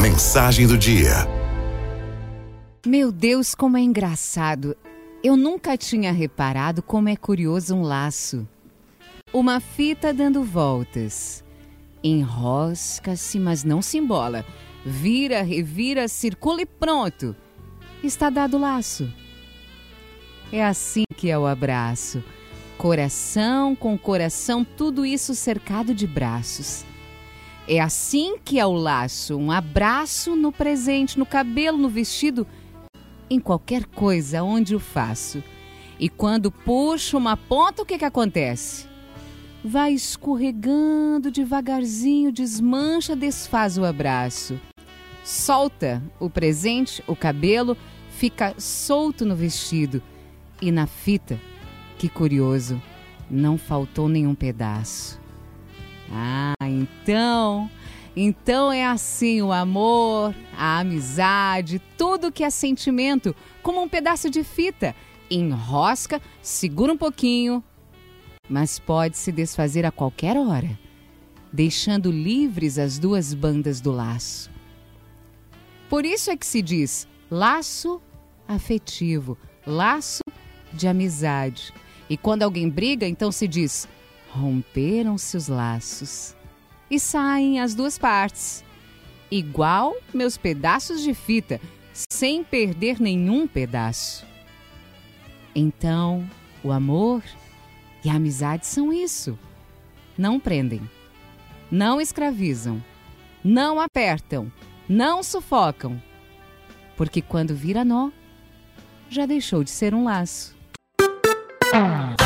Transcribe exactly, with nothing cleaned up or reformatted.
Mensagem do dia. Meu Deus, como é engraçado. Eu nunca tinha reparado como é curioso um laço. Uma fita dando voltas. Enrosca-se, mas não se embola. Vira, revira, circula e pronto. Está dado o laço. É assim que é o abraço. Coração com coração, tudo isso cercado de braços. É assim que é o laço. Um abraço no presente, no cabelo, no vestido, em qualquer coisa onde o faço. E quando puxo uma ponta, o que que acontece? Vai escorregando devagarzinho, desmancha, desfaz o abraço. Solta o presente, o cabelo, fica solto no vestido. E na fita, que curioso, não faltou nenhum pedaço. Ah, então, então é assim o amor, a amizade, tudo que é sentimento, como um pedaço de fita. Enrosca, segura um pouquinho, mas pode se desfazer a qualquer hora, deixando livres as duas bandas do laço. Por isso é que se diz laço afetivo, laço de amizade. E quando alguém briga, então se diz: romperam-se os laços. E saem as duas partes, igual meus pedaços de fita, sem perder nenhum pedaço. Então, o amor e a amizade são isso. Não prendem, não escravizam, não apertam, não sufocam. Porque quando vira nó, já deixou de ser um laço.